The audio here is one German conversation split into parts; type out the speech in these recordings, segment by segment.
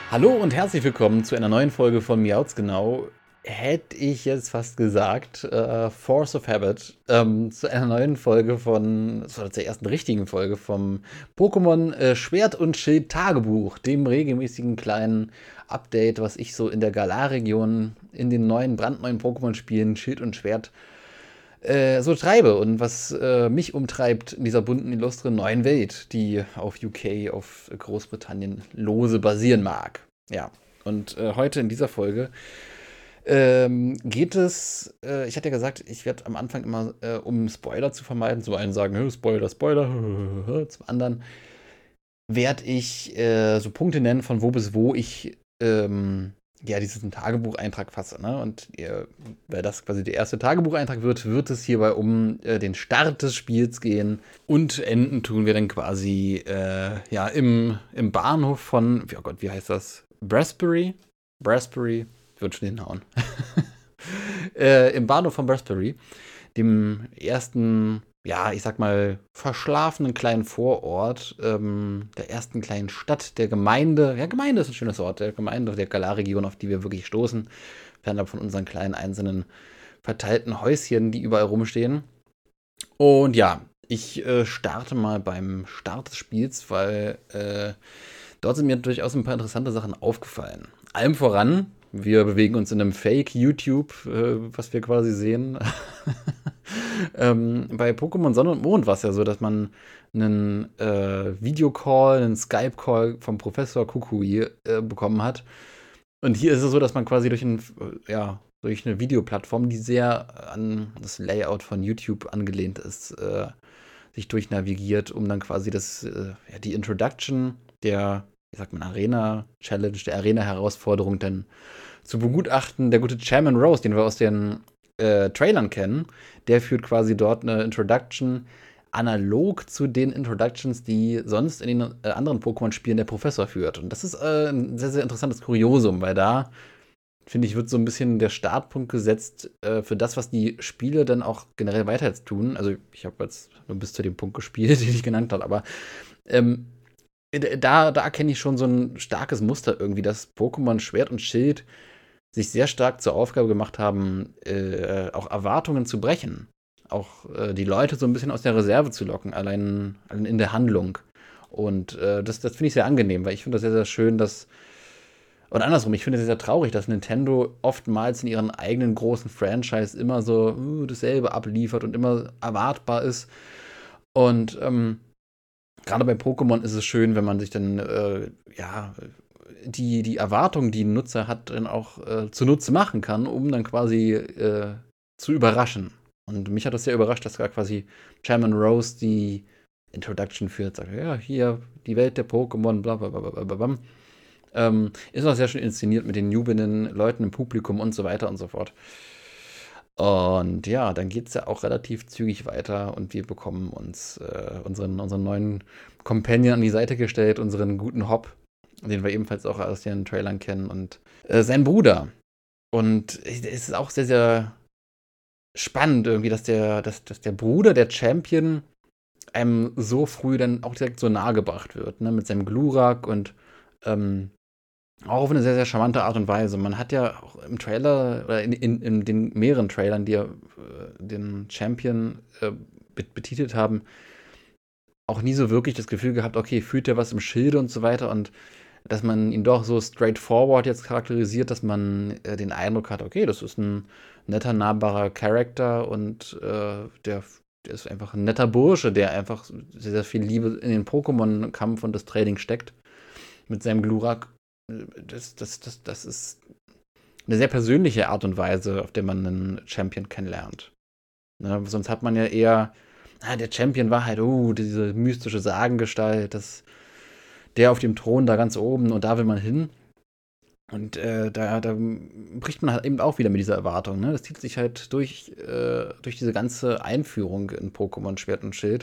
Hallo und herzlich willkommen zu einer neuen Folge von Miauts genau. Hätte ich jetzt fast gesagt, Force of Habit, zu einer neuen Folge zur ersten richtigen Folge vom Pokémon Schwert und Schild Tagebuch, dem regelmäßigen kleinen Update, was ich so in der Galar-Region in den brandneuen Pokémon-Spielen Schild und Schwert so treibe und was mich umtreibt in dieser bunten, illustren neuen Welt, die auf UK, auf Großbritannien lose basieren mag. Ja, und heute in dieser Folge geht es, ich hatte ja gesagt, ich werde am Anfang immer, um Spoiler zu vermeiden, zum einen sagen, Spoiler, Spoiler, zum anderen werde ich so Punkte nennen, von wo bis wo ich ja, diesen Tagebucheintrag fasse. Ne? Und weil das quasi der erste Tagebucheintrag wird, wird es hierbei um den Start des Spiels gehen. Und enden tun wir dann quasi ja, im Bahnhof von, oh Gott, wie heißt das? Brasbury? Brasbury, wird schon hinhauen. Im Bahnhof von Brasbury, dem ersten, ja, ich sag mal, verschlafenen kleinen Vorort, der ersten kleinen Stadt, der Gemeinde. Ja, Gemeinde ist ein schönes Wort, der Gemeinde der Galar-Region, auf die wir wirklich stoßen. Fernab von unseren kleinen einzelnen verteilten Häuschen, die überall rumstehen. Und ja, ich starte mal beim Start des Spiels, weil dort sind mir durchaus ein paar interessante Sachen aufgefallen. Allem voran, wir bewegen uns in einem Fake-YouTube, was wir quasi sehen. Bei Pokémon Sonne und Mond war es ja so, dass man einen Videocall, einen Skype-Call vom Professor Kukui bekommen hat. Und hier ist es so, dass man quasi durch eine Videoplattform, die sehr an das Layout von YouTube angelehnt ist, sich durchnavigiert, um dann quasi die Introduction der, ich sag mal, Arena-Challenge, der Arena-Herausforderung dann zu begutachten. Der gute Chairman Rose, den wir aus den Trailern kennen, der führt quasi dort eine Introduction analog zu den Introductions, die sonst in den anderen Pokémon-Spielen der Professor führt. Und das ist ein sehr, sehr interessantes Kuriosum, weil da, finde ich, wird so ein bisschen der Startpunkt gesetzt für das, was die Spiele dann auch generell weiter jetzt tun. Also ich habe jetzt nur bis zu dem Punkt gespielt, den ich genannt habe, aber ähm, da erkenne ich schon so ein starkes Muster irgendwie, dass Pokémon Schwert und Schild sich sehr stark zur Aufgabe gemacht haben, auch Erwartungen zu brechen. Auch die Leute so ein bisschen aus der Reserve zu locken, allein in der Handlung. Und das finde ich sehr angenehm, weil ich finde das sehr, sehr schön, oder andersrum, ich finde es sehr, sehr traurig, dass Nintendo oftmals in ihren eigenen großen Franchise immer so dasselbe abliefert und immer erwartbar ist. Und gerade bei Pokémon ist es schön, wenn man sich dann ja, die Erwartungen, die ein Nutzer hat, dann auch zunutze machen kann, um dann quasi zu überraschen. Und mich hat das sehr überrascht, dass da quasi Chairman Rose die Introduction führt, sagt, ja, hier die Welt der Pokémon, bla bla bla bla bla bla. Ist auch sehr schön inszeniert mit den jubelnden Leuten im Publikum und so weiter und so fort. Und ja, dann geht es ja auch relativ zügig weiter und wir bekommen uns unseren neuen Companion an die Seite gestellt, unseren guten Hop, den wir ebenfalls auch aus den Trailern kennen, und sein Bruder. Und es ist auch sehr, sehr spannend irgendwie, dass der Bruder der Champion einem so früh dann auch direkt so nahe gebracht wird, ne? Mit seinem Glurak und ähm, auch auf eine sehr, sehr charmante Art und Weise. Man hat ja auch im Trailer oder in den mehreren Trailern, die ja den Champion betitelt haben, auch nie so wirklich das Gefühl gehabt, okay, fühlt er was im Schilde und so weiter, und dass man ihn doch so straightforward jetzt charakterisiert, dass man den Eindruck hat, okay, das ist ein netter, nahbarer Charakter und der ist einfach ein netter Bursche, der einfach sehr, sehr viel Liebe in den Pokémon-Kampf und das Training steckt mit seinem Glurak. Das ist eine sehr persönliche Art und Weise, auf der man einen Champion kennenlernt. Ne? Sonst hat man ja eher, der Champion war halt, diese mystische Sagengestalt, der auf dem Thron da ganz oben und da will man hin. Und da bricht man halt eben auch wieder mit dieser Erwartung. Ne? Das zieht sich halt durch diese ganze Einführung in Pokémon Schwert und Schild,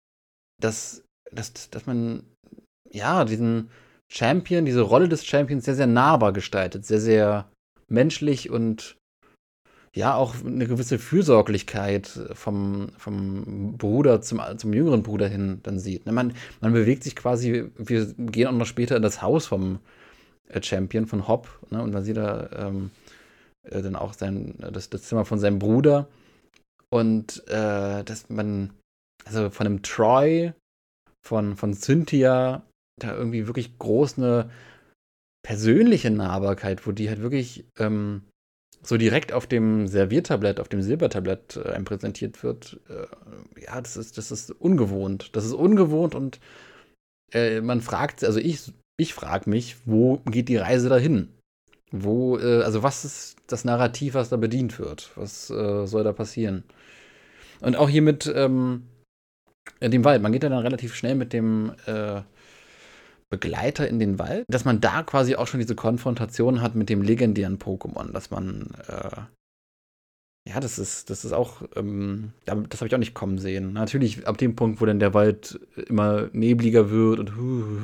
dass man ja diesen Champion, diese Rolle des Champions sehr, sehr nahbar gestaltet, sehr, sehr menschlich und ja, auch eine gewisse Fürsorglichkeit vom Bruder zum jüngeren Bruder hin dann sieht. Ne? Man bewegt sich quasi, wir gehen auch noch später in das Haus Champion von Hop, ne? Und man sieht da dann auch das Zimmer von seinem Bruder. Und dass man, also von einem Troy, von Cynthia, da irgendwie wirklich groß eine persönliche Nahbarkeit, wo die halt wirklich so direkt auf dem Serviertablett, auf dem Silbertablett einem präsentiert wird. Ja, das ist ungewohnt. Das ist ungewohnt und man fragt, also ich frage mich, wo geht die Reise dahin? Also was ist das Narrativ, was da bedient wird? Was soll da passieren? Und auch hier mit dem Wald. Man geht ja dann relativ schnell mit dem Begleiter in den Wald, dass man da quasi auch schon diese Konfrontation hat mit dem legendären Pokémon, dass man, ja, das ist auch, das habe ich auch nicht kommen sehen. Natürlich ab dem Punkt, wo dann der Wald immer nebliger wird und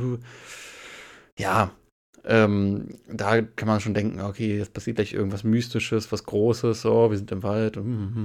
ja, da kann man schon denken, okay, jetzt passiert gleich irgendwas Mystisches, was Großes, so, wir sind im Wald.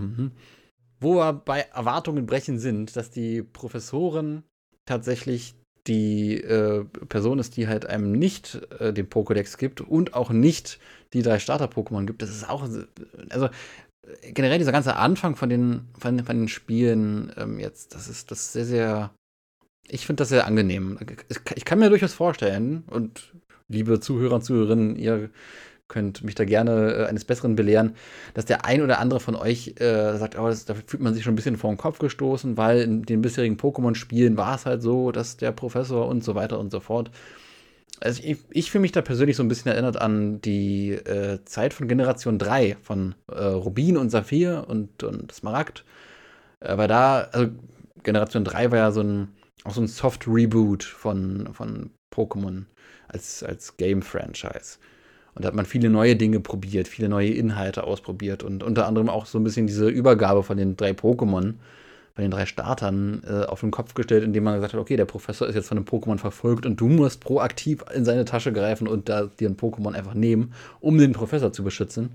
Wo wir bei Erwartungen brechen sind, dass die Professorin tatsächlich die Person ist, die halt einem nicht den Pokédex gibt und auch nicht die 3 Starter-Pokémon gibt. Das ist auch, also generell dieser ganze Anfang von den Spielen jetzt, das ist sehr, sehr, ich finde das sehr angenehm. Ich kann mir durchaus vorstellen, und liebe Zuhörer und Zuhörerinnen, ihr könnt mich da gerne eines Besseren belehren, dass der ein oder andere von euch sagt, oh, da fühlt man sich schon ein bisschen vor den Kopf gestoßen, weil in den bisherigen Pokémon-Spielen war es halt so, dass der Professor und so weiter und so fort. Also ich fühle mich da persönlich so ein bisschen erinnert an die Zeit von Generation 3, von Rubin und Saphir und Smaragd. Weil da, also Generation 3 war ja auch so ein Soft-Reboot von Pokémon als Game-Franchise. Und da hat man viele neue Dinge probiert, viele neue Inhalte ausprobiert und unter anderem auch so ein bisschen diese Übergabe von den 3 Pokémon, von den 3 Startern, auf den Kopf gestellt, indem man gesagt hat, okay, der Professor ist jetzt von einem Pokémon verfolgt und du musst proaktiv in seine Tasche greifen und da dir ein Pokémon einfach nehmen, um den Professor zu beschützen.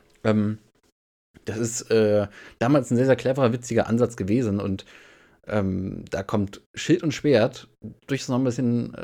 Das ist damals ein sehr, sehr cleverer, witziger Ansatz gewesen und da kommt Schild und Schwert durchaus noch ein bisschen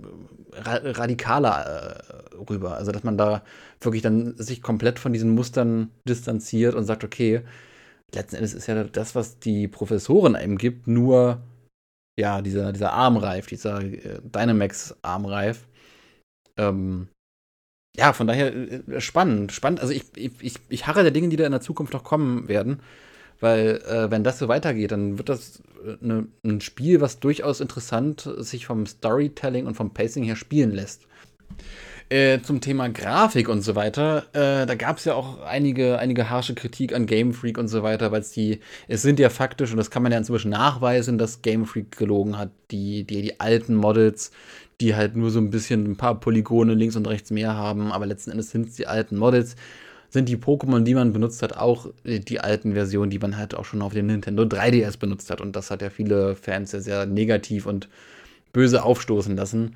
radikaler rüber. Also, dass man da wirklich dann sich komplett von diesen Mustern distanziert und sagt, okay, letzten Endes ist ja das, was die Professorin einem gibt, nur ja, dieser Armreif, dieser Dynamax-Armreif. Ähm, ja, von daher spannend, spannend. Also ich harre der Dinge, die da in der Zukunft noch kommen werden. Weil, wenn das so weitergeht, dann wird das ein Spiel, was durchaus interessant sich vom Storytelling und vom Pacing her spielen lässt. Zum Thema Grafik und so weiter, da gab es ja auch einige harsche Kritik an Game Freak und so weiter, weil es sind ja faktisch, und das kann man ja inzwischen nachweisen, dass Game Freak gelogen hat, die alten Models, die halt nur so ein paar Polygone links und rechts mehr haben, aber letzten Endes sind es die alten Models, sind die Pokémon, die man benutzt hat, auch die alten Versionen, die man halt auch schon auf dem Nintendo 3DS benutzt hat. Und das hat ja viele Fans sehr, sehr negativ und böse aufstoßen lassen.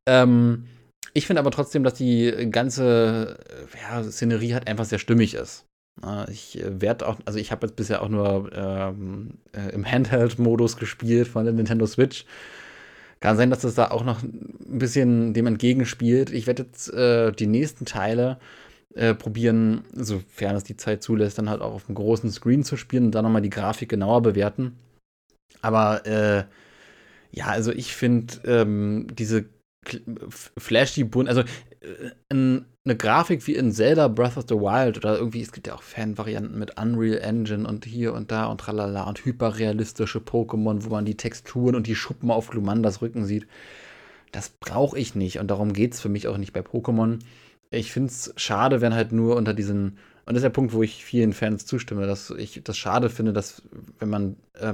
Ich finde aber trotzdem, dass die ganze Szenerie halt einfach sehr stimmig ist. Ich werde auch, also ich habe jetzt bisher auch nur im Handheld-Modus gespielt von der Nintendo Switch. Kann sein, dass das da auch noch ein bisschen dem entgegenspielt. Ich werde jetzt die nächsten Teile probieren, sofern es die Zeit zulässt, dann halt auch auf einem großen Screen zu spielen und dann nochmal die Grafik genauer bewerten. Aber ja, also ich finde diese flashy bunt, also eine Grafik wie in Zelda Breath of the Wild oder irgendwie, es gibt ja auch Fan-Varianten mit Unreal Engine und hier und da und tralala und hyperrealistische Pokémon, wo man die Texturen und die Schuppen auf Glumandas Rücken sieht. Das brauche ich nicht und darum geht es für mich auch nicht bei Pokémon. Ich finde es schade, wenn halt nur unter diesen, und das ist der Punkt, wo ich vielen Fans zustimme, dass ich das schade finde, dass wenn man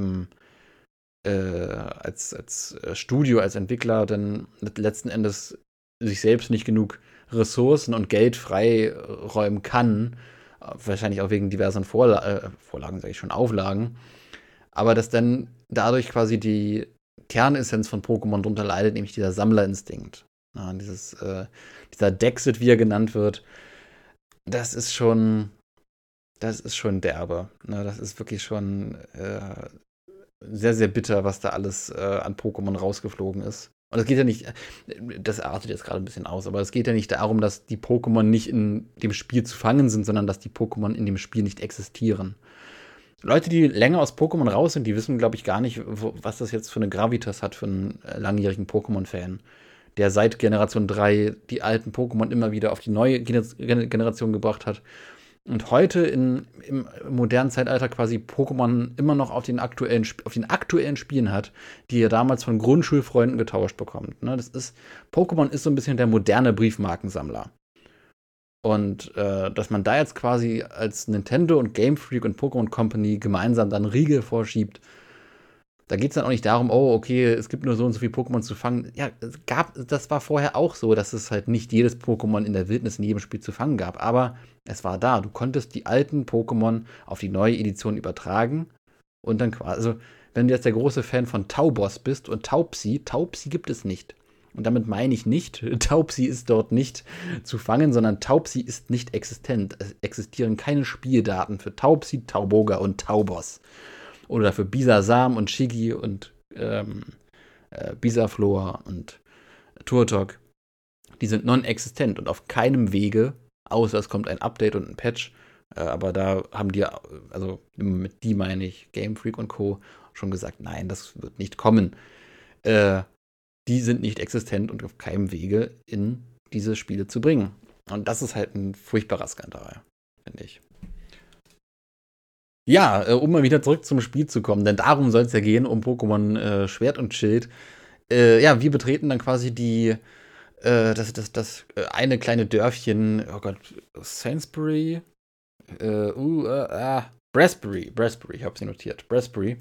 als Studio, als Entwickler dann letzten Endes sich selbst nicht genug Ressourcen und Geld freiräumen kann, wahrscheinlich auch wegen diversen Vorlagen, sage ich schon, Auflagen, aber dass dann dadurch quasi die Kernessenz von Pokémon drunter leidet, nämlich dieser Sammlerinstinkt. Ja, dieser Dexit, wie er genannt wird, das ist schon derbe. Ne? Das ist wirklich schon sehr, sehr bitter, was da alles an Pokémon rausgeflogen ist. Und es geht ja nicht, das artet jetzt gerade ein bisschen aus, aber es geht ja nicht darum, dass die Pokémon nicht in dem Spiel zu fangen sind, sondern dass die Pokémon in dem Spiel nicht existieren. Leute, die länger aus Pokémon raus sind, die wissen, glaube ich, gar nicht, was das jetzt für eine Gravitas hat für einen langjährigen Pokémon-Fan, der seit Generation 3 die alten Pokémon immer wieder auf die neue Generation gebracht hat. Und heute im modernen Zeitalter quasi Pokémon immer noch auf den aktuellen Spielen hat, die er damals von Grundschulfreunden getauscht bekommt. Ne? Pokémon ist so ein bisschen der moderne Briefmarkensammler. Und dass man da jetzt quasi als Nintendo und Game Freak und Pokémon Company gemeinsam dann Riegel vorschiebt, da geht es dann auch nicht darum, oh, okay, es gibt nur so und so viele Pokémon zu fangen. Ja, das war vorher auch so, dass es halt nicht jedes Pokémon in der Wildnis in jedem Spiel zu fangen gab. Aber es war da. Du konntest die alten Pokémon auf die neue Edition übertragen. Und dann quasi, also, wenn du jetzt der große Fan von Taubos bist und Taubsi gibt es nicht. Und damit meine ich nicht, Taubsi ist dort nicht zu fangen, sondern Taubsi ist nicht existent. Es existieren keine Spieldaten für Taubsi, Tauboga und Taubos. Oder für Bisasam und Shiggy und Bisaflor und Turtok. Die sind non-existent und auf keinem Wege, außer es kommt ein Update und ein Patch. Aber da haben die, also mit die meine ich, Game Freak und Co. schon gesagt, nein, das wird nicht kommen. Die sind nicht existent und auf keinem Wege in diese Spiele zu bringen. Und das ist halt ein furchtbarer Skandal, finde ich. Ja, um mal wieder zurück zum Spiel zu kommen, denn darum soll es ja gehen, um Pokémon Schwert und Schild. Ja, wir betreten dann quasi das eine kleine Dörfchen, oh Gott, Sainsbury? Brasbury, ich habe sie notiert, Brasbury.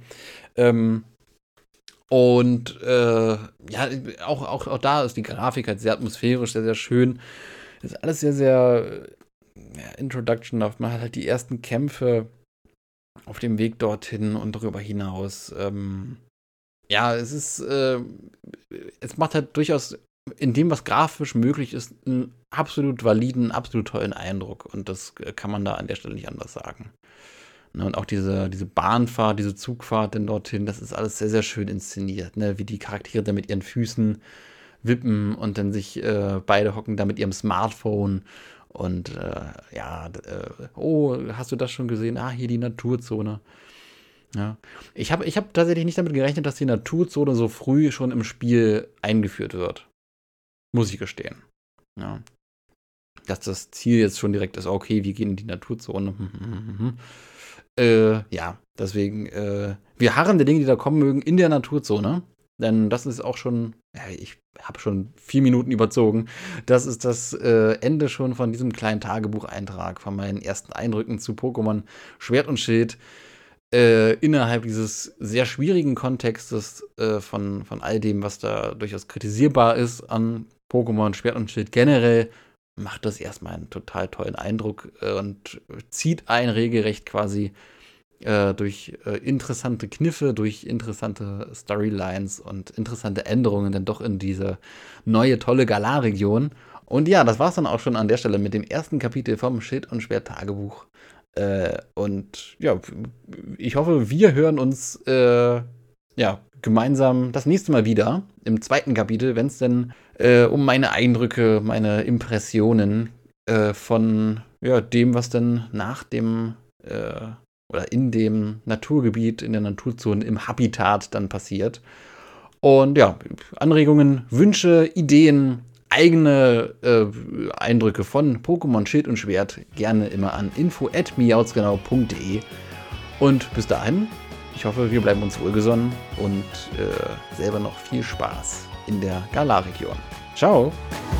Und ja, auch da ist die Grafik halt sehr atmosphärisch, sehr, sehr schön. Das ist alles sehr, sehr Introduction auf. Man hat halt die ersten Kämpfe auf dem Weg dorthin und darüber hinaus. Ja, es macht halt durchaus in dem, was grafisch möglich ist, einen absolut validen, absolut tollen Eindruck. Und das kann man da an der Stelle nicht anders sagen. Ne, und auch diese Bahnfahrt, diese Zugfahrt denn dorthin, das ist alles sehr, sehr schön inszeniert. Ne? Wie die Charaktere da mit ihren Füßen wippen und dann sich beide hocken da mit ihrem Smartphone. Und ja, oh, hast du das schon gesehen? Ah, hier die Naturzone. Ja. Ich hab tatsächlich nicht damit gerechnet, dass die Naturzone so früh schon im Spiel eingeführt wird. Muss ich gestehen. Ja. Dass das Ziel jetzt schon direkt ist, okay, wir gehen in die Naturzone. Ja, deswegen, wir harren der Dinge, die da kommen mögen, in der Naturzone. Denn das ist auch schon, ja, ich habe schon 4 Minuten überzogen. Das ist das Ende schon von diesem kleinen Tagebucheintrag, von meinen ersten Eindrücken zu Pokémon Schwert und Schild. Innerhalb dieses sehr schwierigen Kontextes von all dem, was da durchaus kritisierbar ist an Pokémon Schwert und Schild generell, macht das erstmal einen total tollen Eindruck und zieht einen regelrecht quasi durch interessante Kniffe, durch interessante Storylines und interessante Änderungen dann doch in diese neue, tolle Galar-Region. Und ja, das war's dann auch schon an der Stelle mit dem ersten Kapitel vom Schild- und Schwert-Tagebuch. Und ja, ich hoffe, wir hören uns ja, gemeinsam das nächste Mal wieder im zweiten Kapitel, wenn es denn um meine Eindrücke, meine Impressionen von ja, dem, was dann nach dem oder in dem Naturgebiet, in der Naturzone, im Habitat dann passiert. Und ja, Anregungen, Wünsche, Ideen, eigene Eindrücke von Pokémon Schild und Schwert gerne immer an info@miauzgenau.de. Und bis dahin, ich hoffe, wir bleiben uns wohlgesonnen und selber noch viel Spaß in der Galar-Region. Ciao!